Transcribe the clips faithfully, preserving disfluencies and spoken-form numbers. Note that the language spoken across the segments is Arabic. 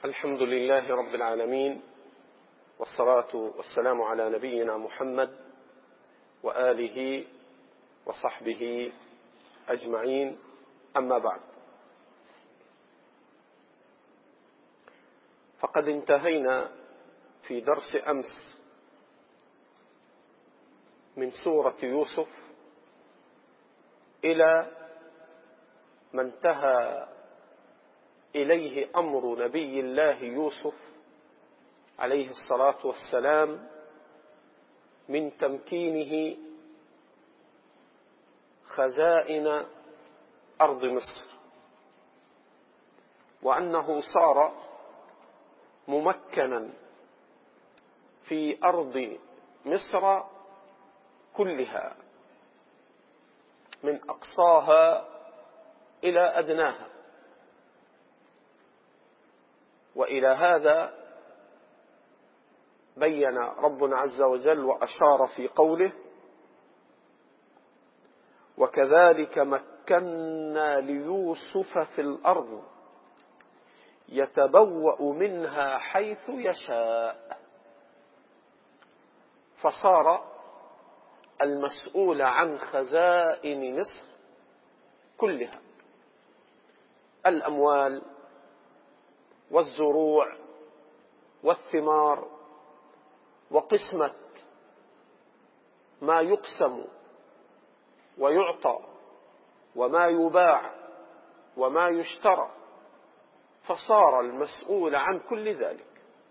الحمد لله رب العالمين، والصلاة والسلام على نبينا محمد وآله وصحبه أجمعين، أما بعد. فقد انتهينا في درس أمس من سورة يوسف إلى ما انتهى إليه أمر نبي الله يوسف عليه الصلاة والسلام من تمكينه خزائن أرض مصر، وأنه صار ممكنا في أرض مصر كلها من أقصاها إلى أدناها. وإلى هذا بين ربنا عز وجل وأشار في قوله: وكذلك مكنا ليوسف في الأرض يتبوأ منها حيث يشاء. فصار المسؤول عن خزائن مصر كلها، الأموال والزروع والثمار، وقسمة ما يقسم ويعطى وما يباع وما يشترى، فصار المسؤول عن كل ذلك.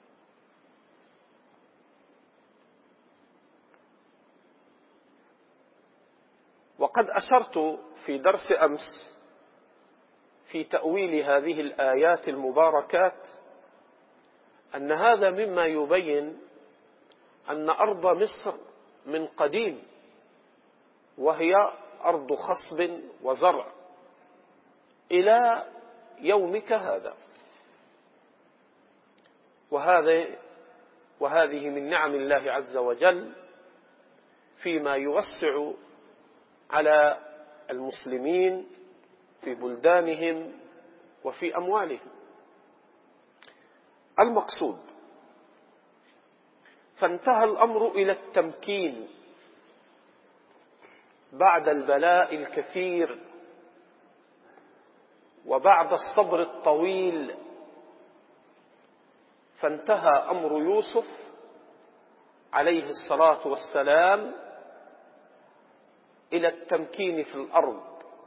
وقد أشرت في درس أمس في تأويل هذه الآيات المباركات أن هذا مما يبين أن أرض مصر من قديم وهي أرض خصب وزرع إلى يومك هذا، وهذا وهذه من نعم الله عز وجل فيما يوسع على المسلمين في بلدانهم وفي أموالهم. المقصود: فانتهى الأمر إلى التمكين بعد البلاء الكثير وبعد الصبر الطويل. فانتهى أمر يوسف عليه الصلاة والسلام إلى التمكين في الأرض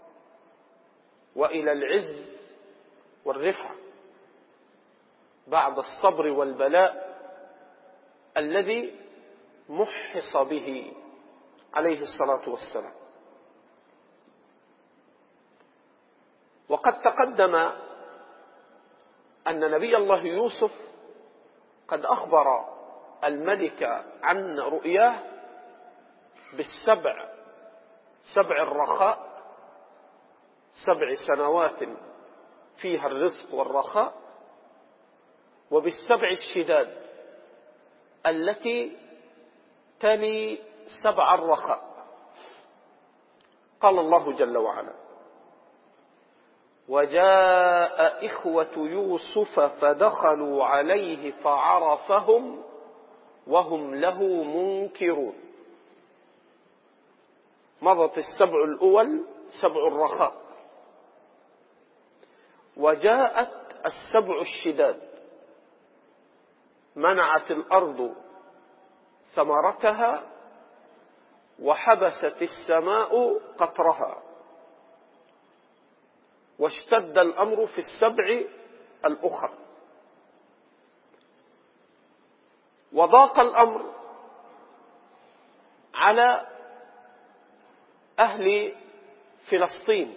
وإلى العز والرفعة بعد الصبر والبلاء الذي محص به عليه الصلاة والسلام. وقد تقدم أن نبي الله يوسف قد أخبر الملك عن رؤياه بالسبع سبع الرخاء، سبع سنوات فيها الرزق والرخاء، وبالسبع الشداد التي تلي سبع الرخاء. قال الله جل وعلا: وجاء إخوة يوسف فدخلوا عليه فعرفهم وهم له منكرون. مضت السبع الأول سبع الرخاء، وجاءت السبع الشداد، منعت الأرض ثمرتها وحبست السماء قطرها، واشتد الأمر في السبع الأخر، وضاق الأمر على أهل فلسطين،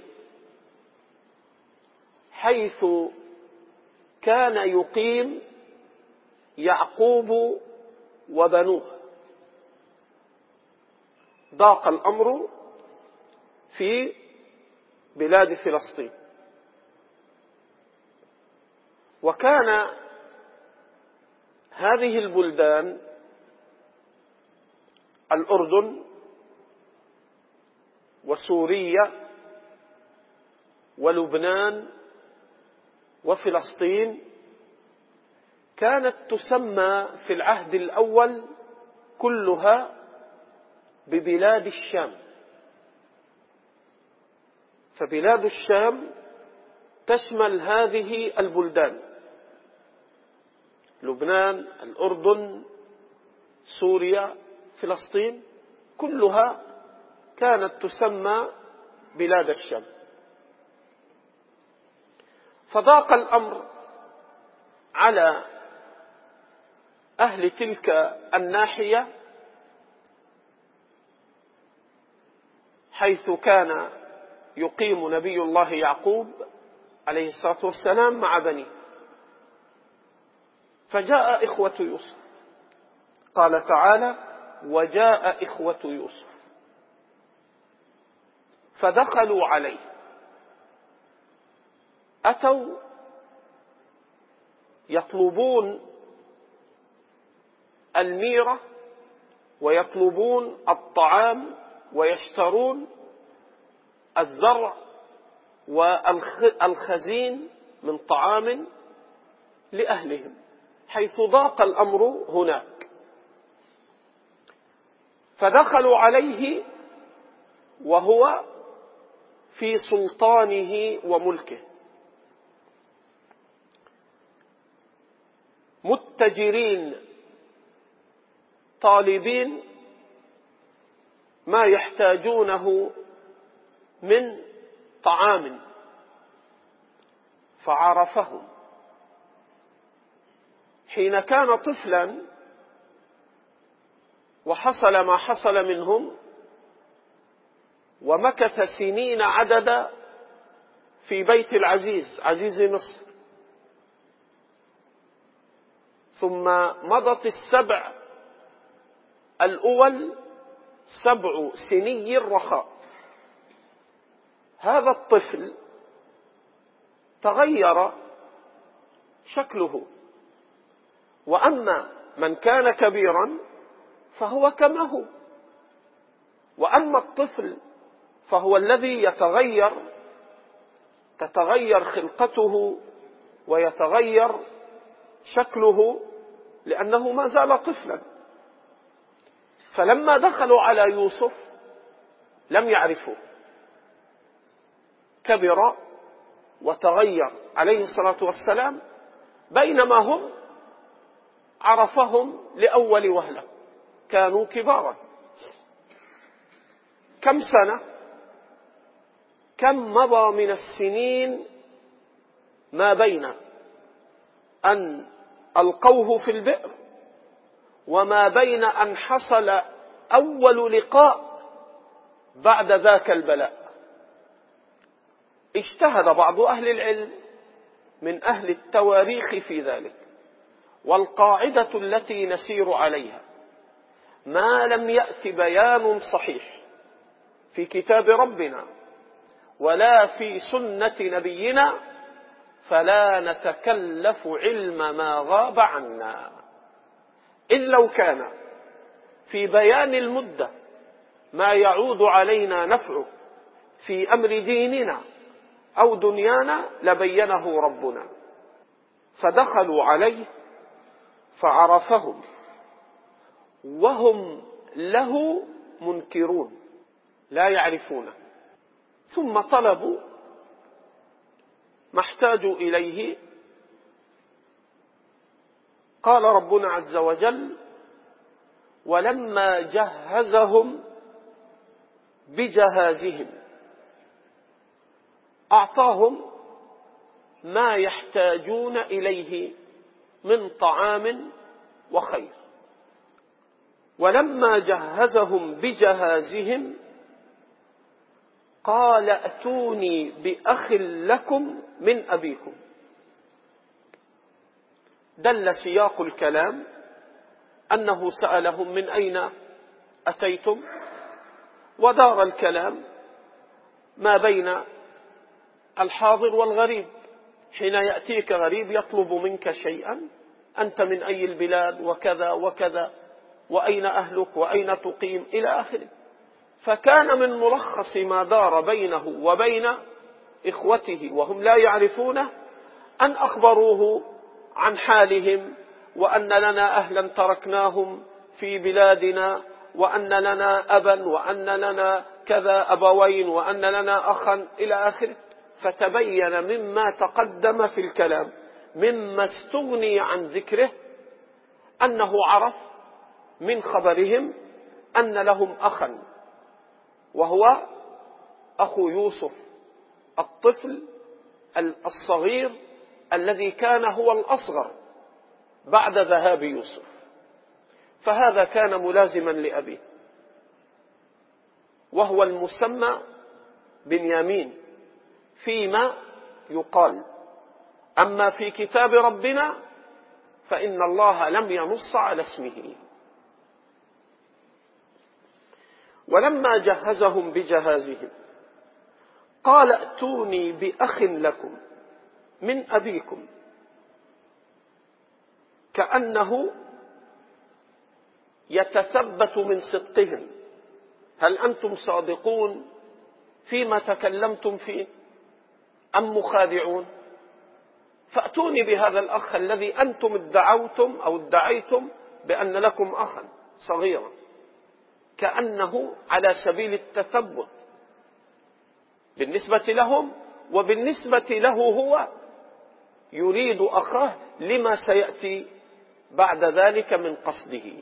حيث كان يقيم يعقوب وبنوه. ضاق الأمر في بلاد فلسطين، وكان هذه البلدان الأردن وسوريا ولبنان وفلسطين كانت تسمى في العهد الأول كلها ببلاد الشام. فبلاد الشام تشمل هذه البلدان: لبنان، الأردن، سوريا، فلسطين، كلها كانت تسمى بلاد الشام. فضاق الأمر على أهل تلك الناحية، حيث كان يقيم نبي الله يعقوب عليه الصلاة والسلام مع بنيه. فجاء إخوة يوسف، قال تعالى: وجاء إخوة يوسف فدخلوا عليه. أتوا يطلبون الميرة ويطلبون الطعام ويشترون الزرع والخزين من طعام لأهلهم، حيث ضاق الأمر هناك. فدخلوا عليه وهو في سلطانه وملكه، متجرين طالبين ما يحتاجونه من طعام. فعرفهم حين كان طفلا وحصل ما حصل منهم، ومكث سنين عددا في بيت العزيز عزيز مصر، ثم مضت السبع الأول سبع سني الرخاء. هذا الطفل تغير شكله، وأما من كان كبيرا فهو كما هو، وأما الطفل فهو الذي يتغير، تتغير خلقته ويتغير شكله لأنه ما زال طفلا. فلما دخلوا على يوسف لم يعرفوه، كبر وتغير عليه الصلاة والسلام، بينما هم عرفهم لأول وهلة، كانوا كبارا. كم سنة، كم مضى من السنين ما بين أن ألقوه في البئر وما بين أن حصل أول لقاء بعد ذاك البلاء. اجتهد بعض أهل العلم من أهل التواريخ في ذلك، والقاعدة التي نسير عليها: ما لم يأت بيان صحيح في كتاب ربنا ولا في سنة نبينا فلا نتكلف علم ما غاب عنا. إن لو كان في بيان المدة ما يعود علينا نفعه في أمر ديننا أو دنيانا لبينه ربنا. فدخلوا عليه فعرفهم وهم له منكرون، لا يعرفونه. ثم طلبوا ما احتاجوا إليه. قال ربنا عز وجل: ولما جهزهم بجهازهم، أعطاهم ما يحتاجون إليه من طعام وخير. ولما جهزهم بجهازهم قال: ائتوني بأخ لكم من أبيكم. دل سياق الكلام أنه سألهم: من أين أتيتم؟ ودار الكلام ما بين الحاضر والغريب. حين يأتيك غريب يطلب منك شيئا، أنت من أي البلاد وكذا وكذا، وأين أهلك وأين تقيم إلى آخره. فكان من ملخص ما دار بينه وبين إخوته وهم لا يعرفونه أن أخبروه عن حالهم وأن لنا أهلا تركناهم في بلادنا، وأن لنا أبا، وأن لنا كذا أبوين، وأن لنا أخا إلى آخره. فتبين مما تقدم في الكلام مما استغني عن ذكره أنه عرف من خبرهم أن لهم أخا، وهو أخو يوسف الطفل الصغير الذي كان هو الأصغر بعد ذهاب يوسف، فهذا كان ملازما لأبيه، وهو المسمى بنيامين فيما يقال. أما في كتاب ربنا فإن الله لم ينص على اسمه. ولما جهزهم بجهازهم قال ائتوني بأخ لكم من أبيكم، كأنه يتثبت من صدقهم: هل أنتم صادقون فيما تكلمتم فيه أم مخادعون؟ فأتوني بهذا الأخ الذي أنتم ادعوتم أو ادعيتم بأن لكم أخا صغيرا، كأنه على سبيل التثبت بالنسبة لهم، وبالنسبة له هو يريد أخاه لما سيأتي بعد ذلك من قصده.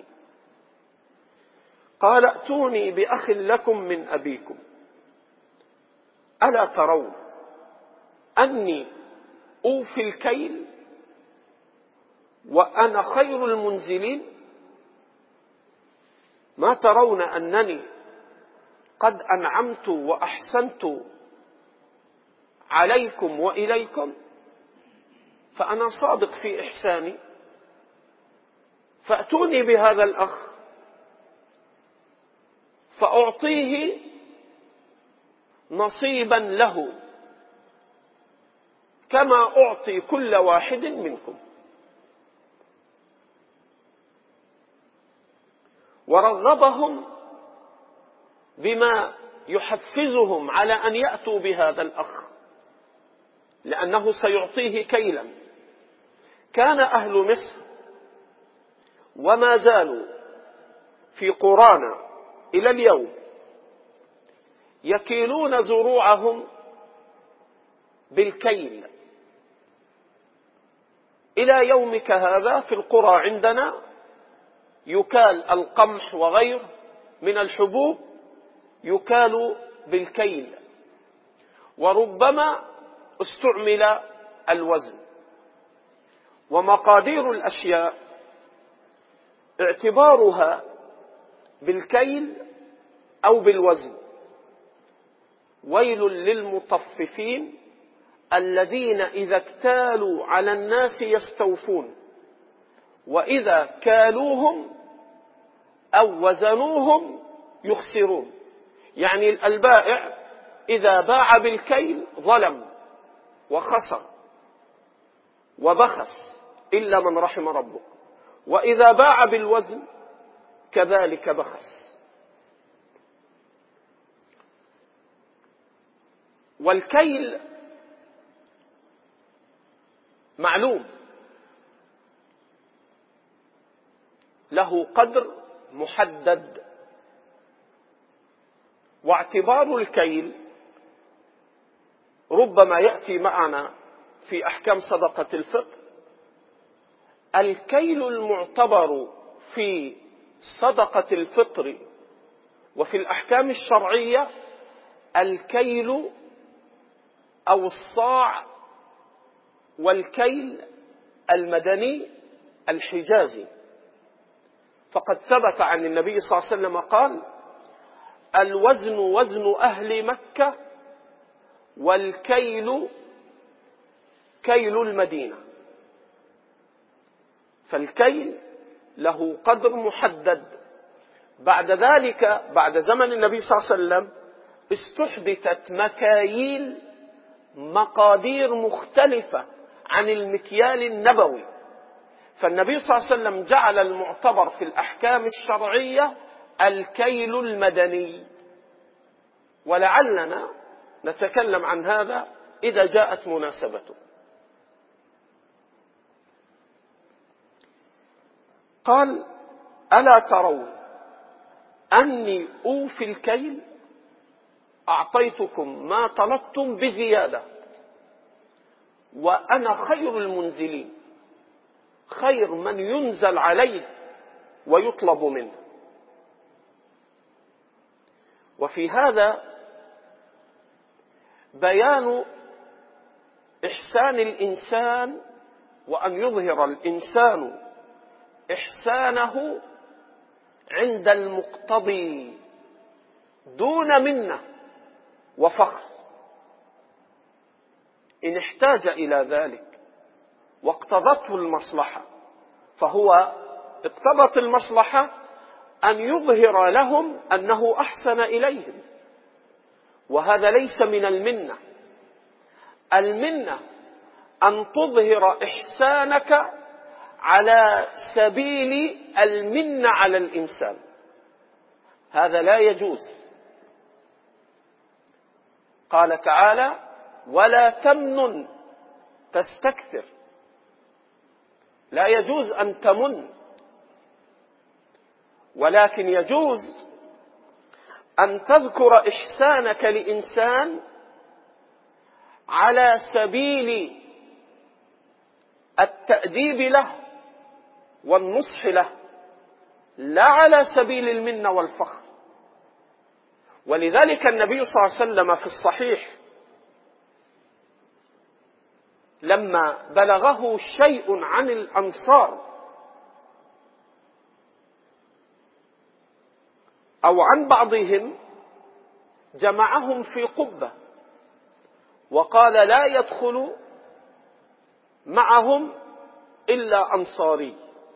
قال ائتوني بأخ لكم من أبيكم ألا ترون أني أوفي الكيل وأنا خير المنزلين؟ ما ترون أنني قد أنعمت وأحسنت عليكم وإليكم؟ فأنا صادق في إحساني، فأتوني بهذا الأخ فأعطيه نصيبا له كما أعطي كل واحد منكم. ورغبهم بما يحفزهم على أن يأتوا بهذا الأخ، لأنه سيعطيه كيلا. كان أهل مصر وما زالوا في قرانا إلى اليوم يكيلون زروعهم بالكيل. إلى يومك هذا في القرى عندنا يكال القمح وغير من الحبوب يكال بالكيل، وربما استعمل الوزن. ومقادير الأشياء اعتبارها بالكيل أو بالوزن. ويل للمطففين الذين إذا اكتالوا على الناس يستوفون، وإذا كالوهم أو وزنوهم يخسرون. يعني البائع إذا باع بالكيل ظلم وخسر وبخس إلا من رحم ربك، وإذا باع بالوزن كذلك بخس. والكيل معلوم له قدر محدد، واعتبار الكيل ربما يأتي معنا في أحكام صدقة الفطر. الكيل المعتبر في صدقة الفطر وفي الأحكام الشرعية الكيل أو الصاع، والكيل المدني الحجازي. فقد ثبت عن النبي صلى الله عليه وسلم قال: الوزن وزن أهل مكة والكيل كيل المدينة. فالكيل له قدر محدد. بعد ذلك بعد زمن النبي صلى الله عليه وسلم استحدثت مكاييل مقادير مختلفة عن المكيال النبوي. فالنبي صلى الله عليه وسلم جعل المعتبر في الأحكام الشرعية الكيل المدني، ولعلنا نتكلم عن هذا إذا جاءت مناسبته. قال: ألا ترون أني أوفي الكيل، أعطيتكم ما طلبتم بزيادة، وأنا خير المنزلين، خير من ينزل عليه ويطلب منه. وفي هذا بيان إحسان الإنسان، وأن يظهر الإنسان إحسانه عند المقتضي دون منة وفخر. إن احتاج إلى ذلك واقتضته المصلحة، فهو اقتضت المصلحة أن يظهر لهم أنه أحسن إليهم، وهذا ليس من المنة. المنة أن تظهر إحسانك على سبيل المنة على الإنسان، هذا لا يجوز. قال تعالى: ولا تمنن تستكثر، لا يجوز أن تمن، ولكن يجوز أن تذكر إحسانك لإنسان على سبيل التأديب له والنصح له، لا على سبيل المنة والفخر. ولذلك النبي صلى الله عليه وسلم في الصحيح لما بلغه شيء عن الأنصار أو عن بعضهم، جمعهم في قبة وقال: لا يدخل معهم إلا أنصاري،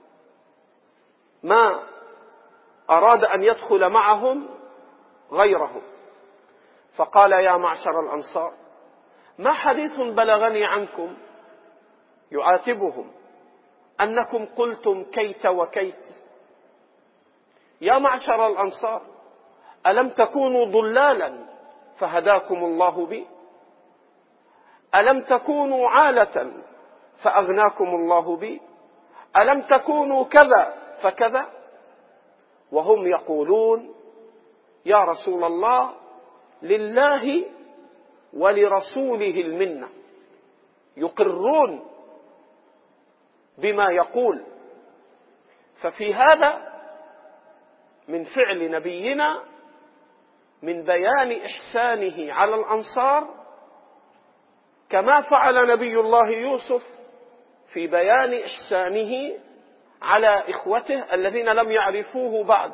ما أراد أن يدخل معهم غيرهم. فقال: يا معشر الأنصار، ما حديث بلغني عنكم يعاتبهم أنكم قلتم كيت وكيت؟ يا معشر الأنصار، ألم تكونوا ضلالا فهداكم الله بي؟ ألم تكونوا عالة فأغناكم الله بي؟ ألم تكونوا كذا فكذا؟ وهم يقولون: يا رسول الله، لله ولرسوله المنة، يقرون بما يقول. ففي هذا من فعل نبينا من بيان إحسانه على الأنصار، كما فعل نبي الله يوسف في بيان إحسانه على إخوته الذين لم يعرفوه بعد،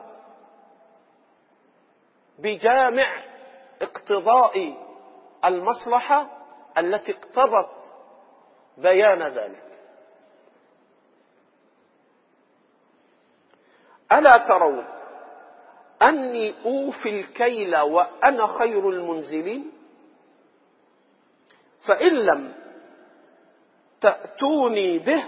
بجامع اقتضاء المصلحة التي اقتضت بيان ذلك. ألا ترون أني أوفي الكيل وأنا خير المنزلين؟ فإن لم تأتوني به،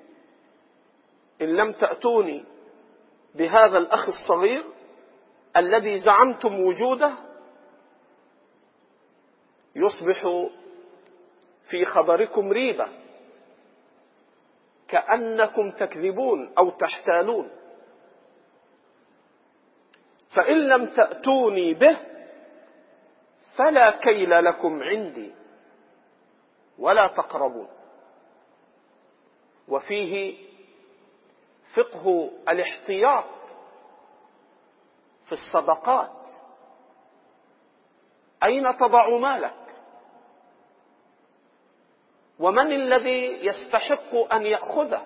إن لم تأتوني بهذا الأخ الصغير الذي زعمتم وجوده، يصبح في خبركم ريبة، كأنكم تكذبون أو تحتالون. فإن لم تأتوني به فلا كيل لكم عندي ولا تقربون. وفيه فقه الاحتياط في الصدقات. أين تضع مالك؟ ومن الذي يستحق أن يأخذه؟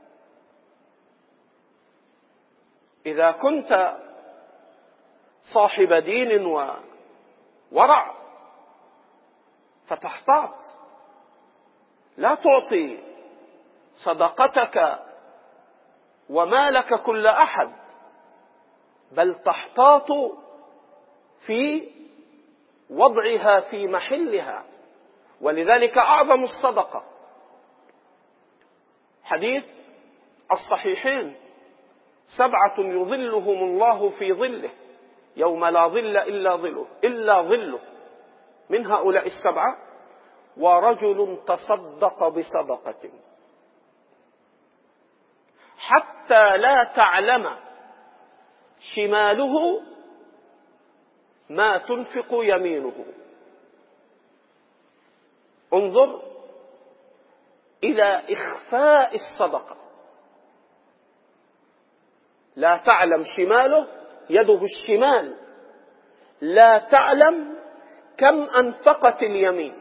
إذا كنت صاحب دين وورع فتحتاط، لا تعطي صدقتك ومالك كل أحد، بل تحتاط في وضعها في محلها. ولذلك أعظم الصدقة حديث الصحيحين: سبعة يظلهم الله في ظله يوم لا ظل إلا ظله إلا ظله، من هؤلاء السبعة: ورجل تصدق بصدقة حتى حتى لا تعلم شماله ما تنفق يمينه. انظر إلى إخفاء الصدقة. لا تعلم شماله، يده الشمال لا تعلم كم أنفقت اليمين.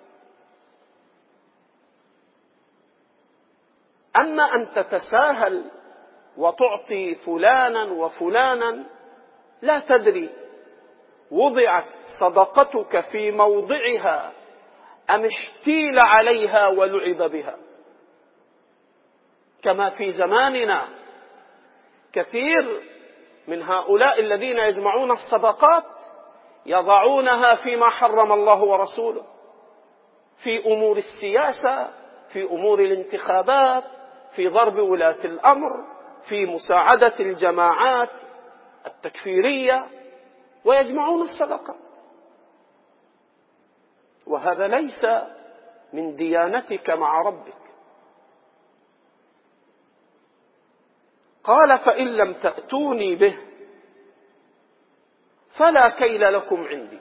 أما أن تتساهل وتعطي فلانا وفلانا لا تدري وضعت صدقتك في موضعها أم احتيل عليها ولعب بها. كما في زماننا كثير من هؤلاء الذين يجمعون الصدقات يضعونها فيما حرم الله ورسوله، في أمور السياسة، في أمور الانتخابات، في ضرب ولاة الأمر، في مساعدة الجماعات التكفيرية، ويجمعون الصدقات. وهذا ليس من ديانتك مع ربك. قال فإن لم تأتوني به فلا كيل لكم عندي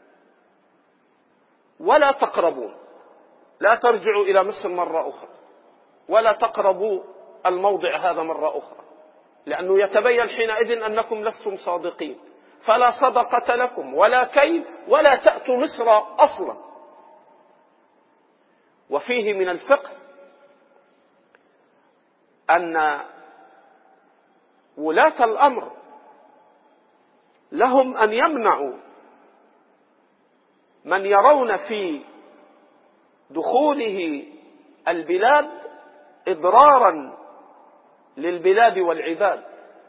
ولا تقربون. لا ترجعوا إلى مصر مرة أخرى ولا تقربوا الموضع هذا مرة أخرى، لأنه يتبين حينئذ أنكم لستم صادقين. فلا صدقة لكم ولا كيل ولا تأتوا مصر أصلا. وفيه من الفقه أن ولاة الأمر لهم أن يمنعوا من يرون في دخوله البلاد إضرارا للبلاد والعباد.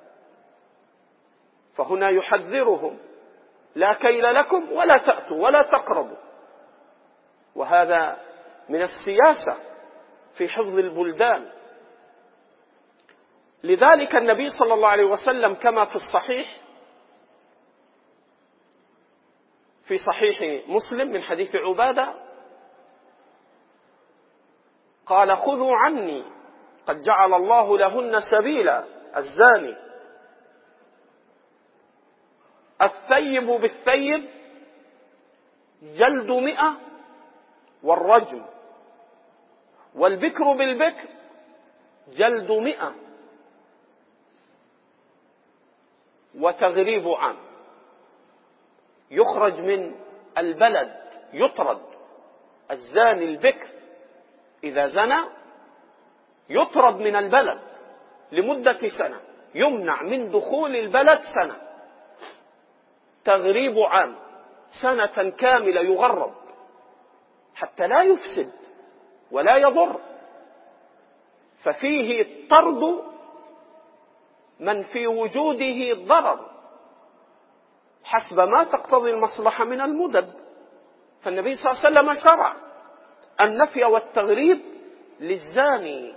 فهنا يحذرهم: لا كيل لكم ولا تأتوا ولا تقربوا. وهذا من السياسة في حفظ البلدان. لذلك النبي صلى الله عليه وسلم كما في الصحيح في صحيح مسلم من حديث عبادة قال: خذوا عني قد جعل الله لهن سبيلا. الزاني الثيب بالثيب جلد مئة والرجم، والبكر بالبكر جلد مئة وتغريب عام. يخرج من البلد، يطرد. الزاني البكر إذا زنى يطرد من البلد لمدة سنة، يمنع من دخول البلد سنة. تغريب عام، سنة كاملة يغرب حتى لا يفسد ولا يضر. ففيه طرد من في وجوده ضرر حسب ما تقتضي المصلحة من المدد. فالنبي صلى الله عليه وسلم شرع النفي والتغريب للزاني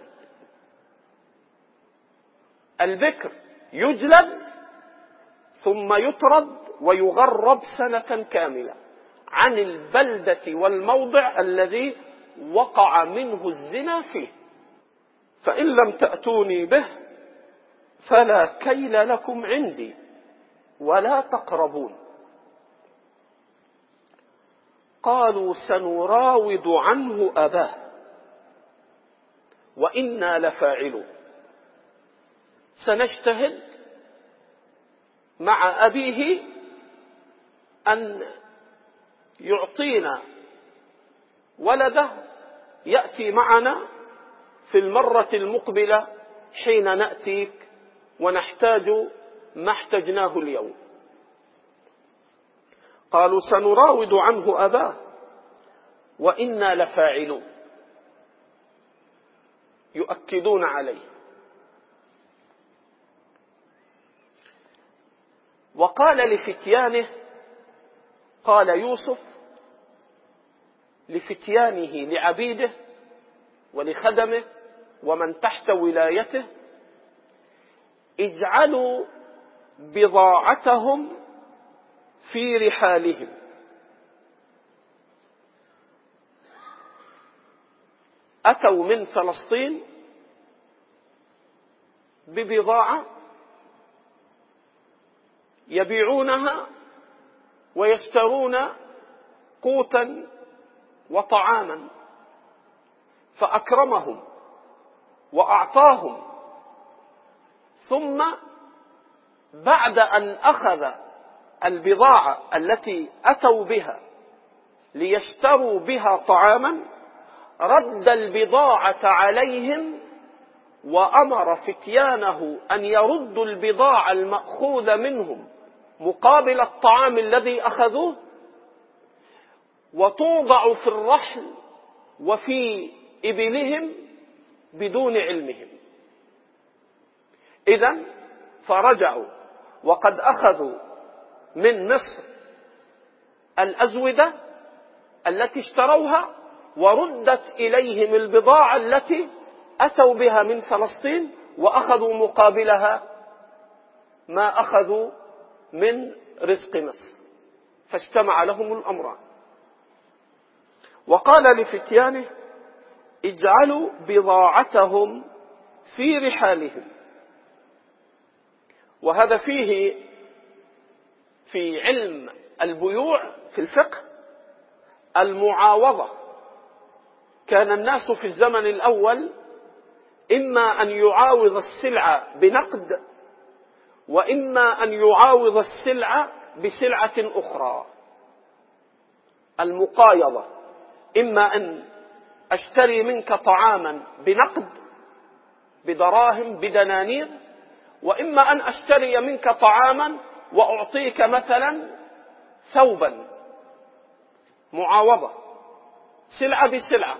البكر، يجلد ثم يطرد ويغرب سنة كاملة عن البلدة والموضع الذي وقع منه الزنا فيه. فإن لم تأتوني به فلا كيل لكم عندي ولا تقربون. قالوا: سنراود عنه أباه وإنا لفاعلون. سنجتهد مع أبيه أن يعطينا ولده يأتي معنا في المرة المقبلة حين نأتيك ونحتاج ما احتجناه اليوم. قالوا: سنراود عنه أباه وإنا لفاعلون. يؤكدون عليه. وقال لفتيانه، قال يوسف لفتيانه لعبيده ولخدمه ومن تحت ولايته: اجعلوا بضاعتهم في رحالهم. أتوا من فلسطين ببضاعة يبيعونها ويشترون قوتا وطعاما، فأكرمهم وأعطاهم، ثم بعد أن أخذ البضاعة التي أتوا بها ليشتروا بها طعاما رد البضاعة عليهم، وأمر فتيانه أن يردوا البضاعة المأخوذة منهم مقابل الطعام الذي أخذوه، وتوضع في الرحل وفي إبلهم بدون علمهم. إذن فرجعوا وقد أخذوا من مصر الأزودة التي اشتروها، وردت إليهم البضاعة التي أتوا بها من فلسطين، وأخذوا مقابلها ما أخذوا من رزق مصر، فاجتمع لهم الأمران. وقال لفتيانه: اجعلوا بضاعتهم في رحالهم. وهذا فيه في علم البيوع في الفقه المعاوضة. كان الناس في الزمن الأول إما أن يعاوض السلعة بنقد، وإما أن يعاوض السلعة بسلعة أخرى. المقايضة إما أن أشتري منك طعاما بنقد بدراهم بدنانير، وإما أن أشتري منك طعاما وأعطيك مثلا ثوبا، معاوضة، سلعة بسلعة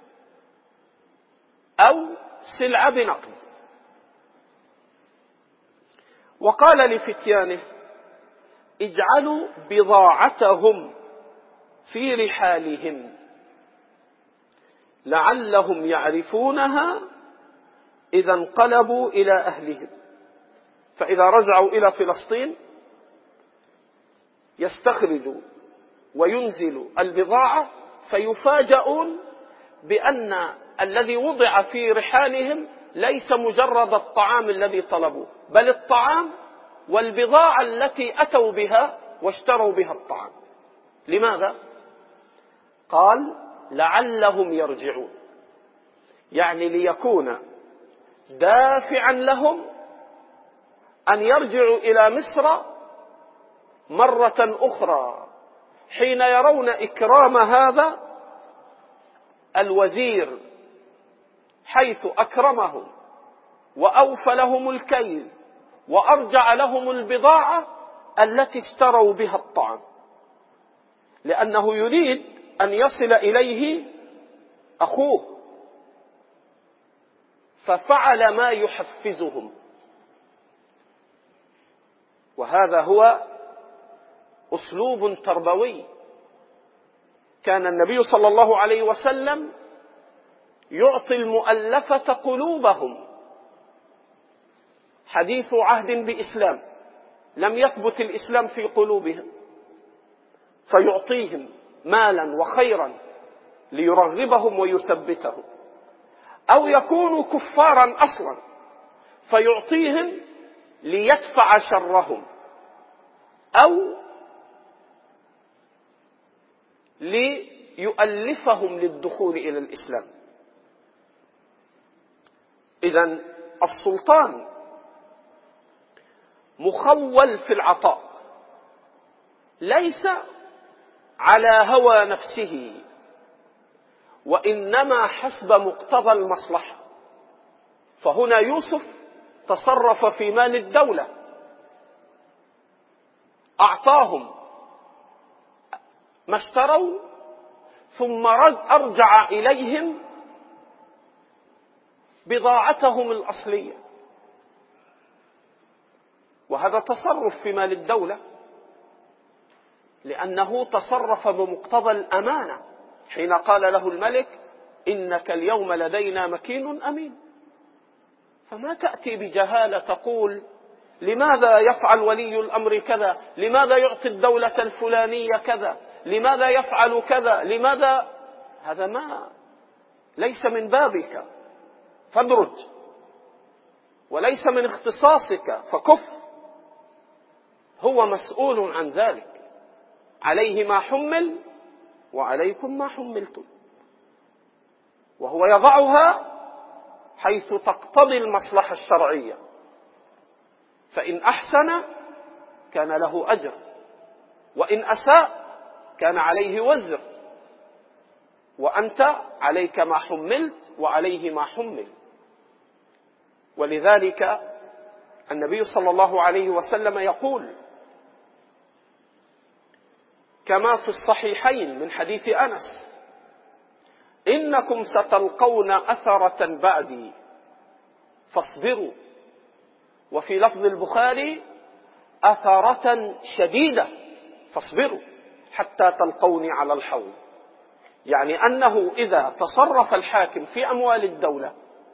أو سلعة بنقد. وقال لفتيانه: اجعلوا بضاعتهم في رحالهم لعلهم يعرفونها إذا انقلبوا إلى أهلهم. فإذا رجعوا إلى فلسطين يستخرجوا وينزلوا البضاعة، فيفاجؤون بأن الذي وضع في رحالهم ليس مجرد الطعام الذي طلبوه، بل الطعام والبضاعة التي أتوا بها واشتروا بها الطعام. لماذا؟ قال: لعلهم يرجعون، يعني ليكون دافعا لهم أن يرجعوا إلى مصر مرة أخرى، حين يرون إكرام هذا الوزير، حيث أكرمهم وأوفى لهم الكيل وأرجع لهم البضاعة التي اشتروا بها الطعام، لأنه يريد أن يصل إليه أخوه، ففعل ما يحفزهم. وهذا هو أسلوب تربوي. كان النبي صلى الله عليه وسلم يعطي المؤلفة قلوبهم، حديث عهد بإسلام، لم يثبت الإسلام في قلوبهم، فيعطيهم مالا وخيرا ليرغبهم ويثبتهم، أو يكونوا كفارا أصلا فيعطيهم ليدفع شرهم، أو ليؤلفهم للدخول إلى الإسلام. إذن السلطان مخول في العطاء، ليس على هوى نفسه، وإنما حسب مقتضى المصلحة. فهنا يوسف تصرف في مال الدولة، أعطاهم ما اشتروا، ثم أرجع إليهم بضاعتهم الأصلية. وهذا تصرف في مال الدولة، لأنه تصرف بمقتضى الأمانة حين قال له الملك: إنك اليوم لدينا مكين أمين. فما تأتي بجهالة تقول: لماذا يفعل ولي الأمر كذا؟ لماذا يعطي الدولة الفلانية كذا؟ لماذا يفعل كذا؟ لماذا؟ هذا ما ليس من بابك، فادرج وليس من اختصاصك فكف، هو مسؤول عن ذلك، عليه ما حمل وعليكم ما حملتم، وهو يضعها حيث تقتضي المصلحة الشرعية، فإن أحسن كان له أجر، وإن أساء كان عليه وزر، وأنت عليك ما حملت وعليه ما حمل. ولذلك النبي صلى الله عليه وسلم يقول كما في الصحيحين من حديث أنس: إنكم ستلقون أثرة بعدي فاصبروا، وفي لفظ البخاري أثرة شديدة فاصبروا حتى تلقوني على الحوض، يعني أنه إذا تصرف الحاكم في أموال الدولة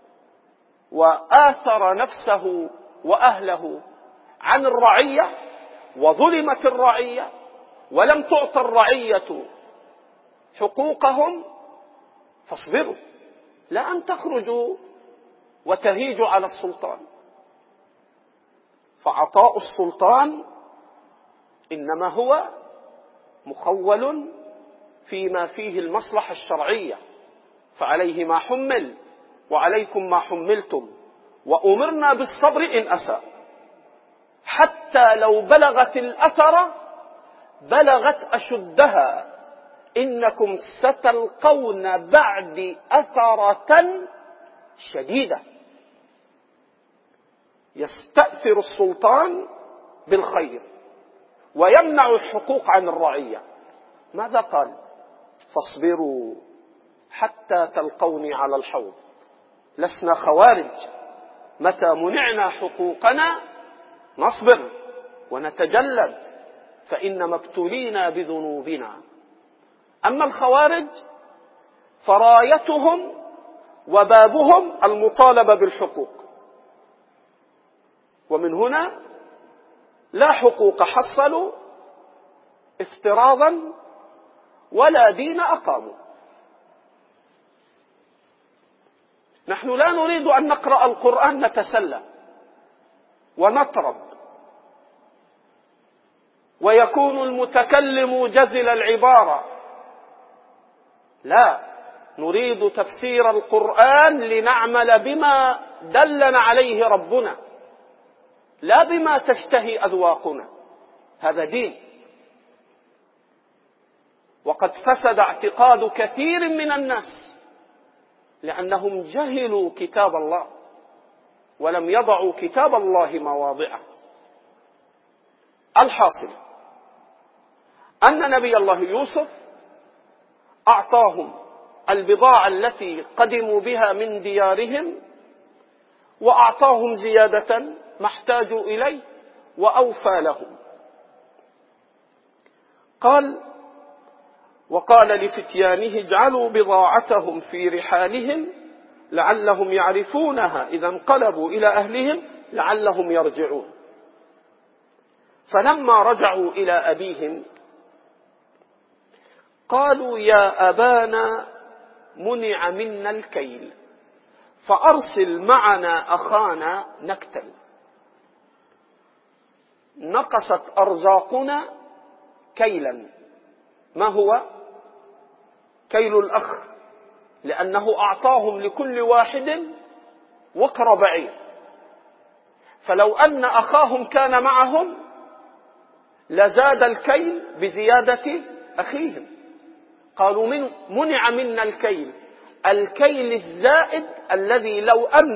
وآثر نفسه وأهله عن الرعية وظلمت الرعية ولم تعط الرعية حقوقهم فاصبروا، لا أن تخرجوا وتهيجوا على السلطان. فعطاء السلطان إنما هو مخول فيما فيه المصلحة الشرعية، فعليه ما حمل وعليكم ما حملتم، وأمرنا بالصبر إن أساء، حتى لو بلغت الأثرة بلغت أشدها، إنكم ستلقون بعد أثرة شديدة. يستأثر السلطان بالخير ويمنع الحقوق عن الرعية. ماذا قال؟ فاصبروا حتى تلقوني على الحوض. لسنا خوارج، متى منعنا حقوقنا نصبر ونتجلد، فإنما ابتلينا بذنوبنا. أما الخوارج فرايتهم وبابهم المطالبة بالحقوق، ومن هنا لا حقوق حصلوا افتراضا ولا دين أقاموا. نحن لا نريد أن نقرأ القرآن نتسلى ونطرب ويكون المتكلم جزل العبارة، لا، نريد تفسير القرآن لنعمل بما دلنا عليه ربنا، لا بما تشتهي أذواقنا. هذا دين. وقد فسد اعتقاد كثير من الناس لأنهم جهلوا كتاب الله ولم يضعوا كتاب الله مواضعه. الحاصل أن نبي الله يوسف أعطاهم البضاعة التي قدموا بها من ديارهم، وأعطاهم زيادة ما احتاجوا إليه وأوفى لهم. قال: وقال لفتيانه اجعلوا بضاعتهم في رحالهم لعلهم يعرفونها إذا انقلبوا إلى أهلهم لعلهم يرجعون. فلما رجعوا إلى أبيهم قالوا يا أبانا منع منا الكيل فأرسل معنا أخانا نكتل. نقصت أرزاقنا كيلا. ما هو كيل الأخ؟ لأنه أعطاهم لكل واحد وقر بعير، فلو أن أخاهم كان معهم لزاد الكيل بزيادة أخيهم. قالوا من منع منا الكيل، الكيل الزائد الذي لو أن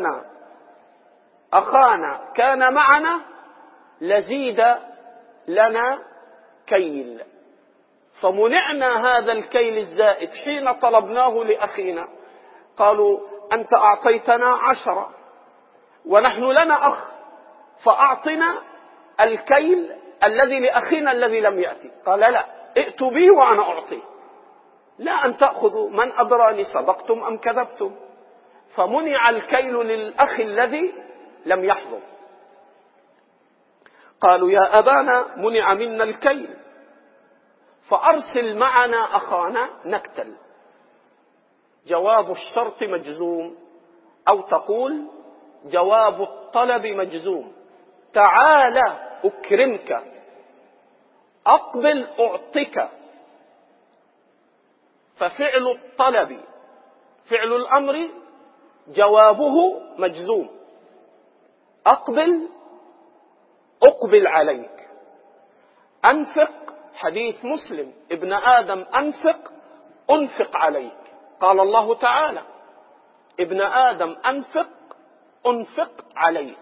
أخانا كان معنا لزيد لنا كيل، فمنعنا هذا الكيل الزائد حين طلبناه لأخينا. قالوا أنت أعطيتنا عشرة ونحن لنا أخ، فأعطنا الكيل الذي لأخينا الذي لم يأتي. قال لا، ائتوا بي وأنا أعطي، لا أن تأخذوا من أدراني صدقتم أم كذبتم. فمنع الكيل للأخ الذي لم يحضر. قالوا يا أبانا منع منا الكيل فأرسل معنا أخانا نكتل. جواب الشرط مجزوم، أو تقول جواب الطلب مجزوم. تعال أكرمك، أقبل أعطك. ففعل الطلب فعل الأمر جوابه مجزوم. أقبل أقبل عليك. أنفق، حديث مسلم، ابن آدم أنفق أنفق عليك. قال الله تعالى ابن آدم أنفق أنفق عليك.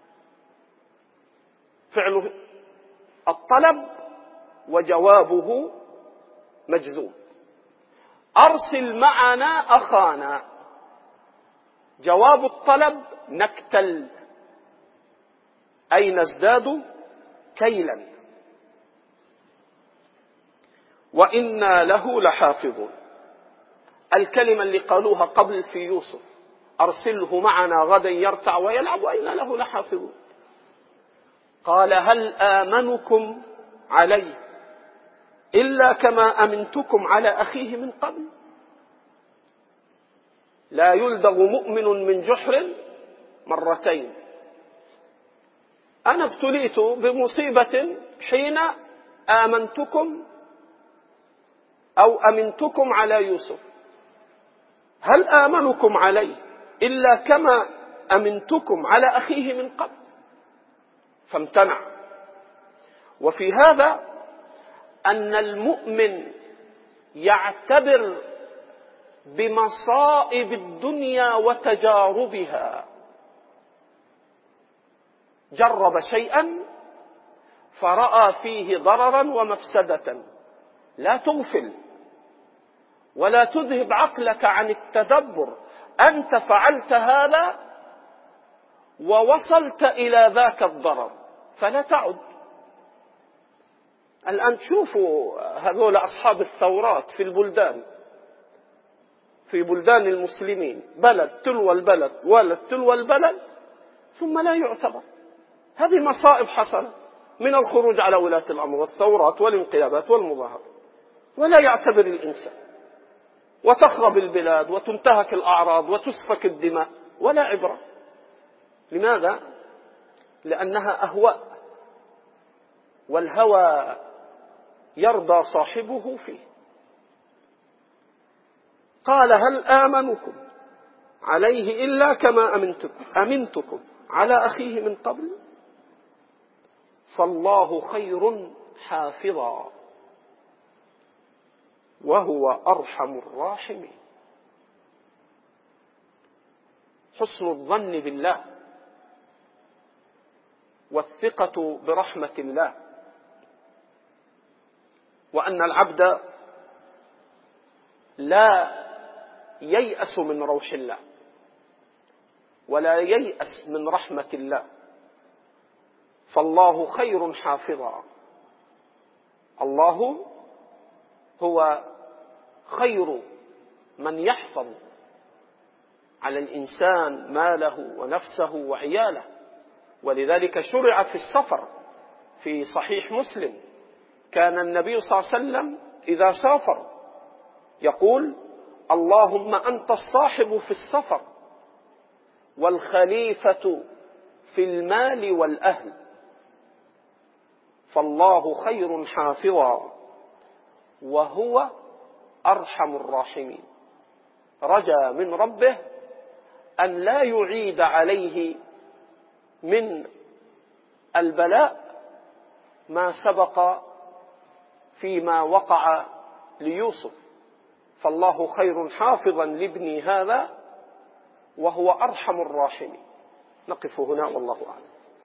فعل الطلب وجوابه مجزوم. أرسل معنا أخانا، جواب الطلب نكتل، أي نزداد كيلا. وإنا له لحافظون. الكلمة اللي قالوها قبل في يوسف، أرسله معنا غدا يرتع ويلعب وإنا له لحافظون. قال هل آمنكم عليه إلا كما أمنتكم على أخيه من قبل. لا يلدغ مؤمن من جحر مرتين. أنا ابتليت بمصيبة حين آمنتكم أو أمنتكم على يوسف. هل آمنكم عليه إلا كما أمنتكم على أخيه من قبل؟ فامتنع. وفي هذا أن المؤمن يعتبر بمصائب الدنيا وتجاربها. جرب شيئا فرأى فيه ضررا ومفسدة، لا تغفل ولا تذهب عقلك عن التدبر. أنت فعلت هذا ووصلت إلى ذاك الضرر فلا تعد. الآن تشوفوا هذول أصحاب الثورات في البلدان، في بلدان المسلمين، بلد تلو البلد ولد تلو البلد ثم لا يعتبر. هذه مصائب حصلت من الخروج على ولاة الأمر والثورات والانقلابات والمظاهرات، ولا يعتبر الإنسان. وتخرب البلاد وتنتهك الأعراض وتسفك الدماء ولا عبرة. لماذا؟ لأنها أهواء، والهوى يرضى صاحبه فيه. قال هل آمنكم عليه إلا كما أمنتكم, أمنتكم على أخيه من قبل فالله خير حافظا وهو أرحم الراحمين. حسن الظن بالله والثقة برحمة الله، وأن العبد لا ييأس من روح الله ولا ييأس من رحمة الله، فالله خير حافظا. الله هو خير من يحفظ على الإنسان ماله ونفسه وعياله. ولذلك شرع في السفر. في صحيح مسلم كان النبي صلى الله عليه وسلم إذا سافر يقول اللهم أنت الصاحب في السفر والخليفة في المال والأهل، فالله خير حافظا وهو أرحم الراحمين. رجا من ربه أن لا يعيد عليه من البلاء ما سبق فيما وقع ليوسف، فالله خير حافظا لابني هذا وهو أرحم الراحمين. نقف هنا والله أعلم.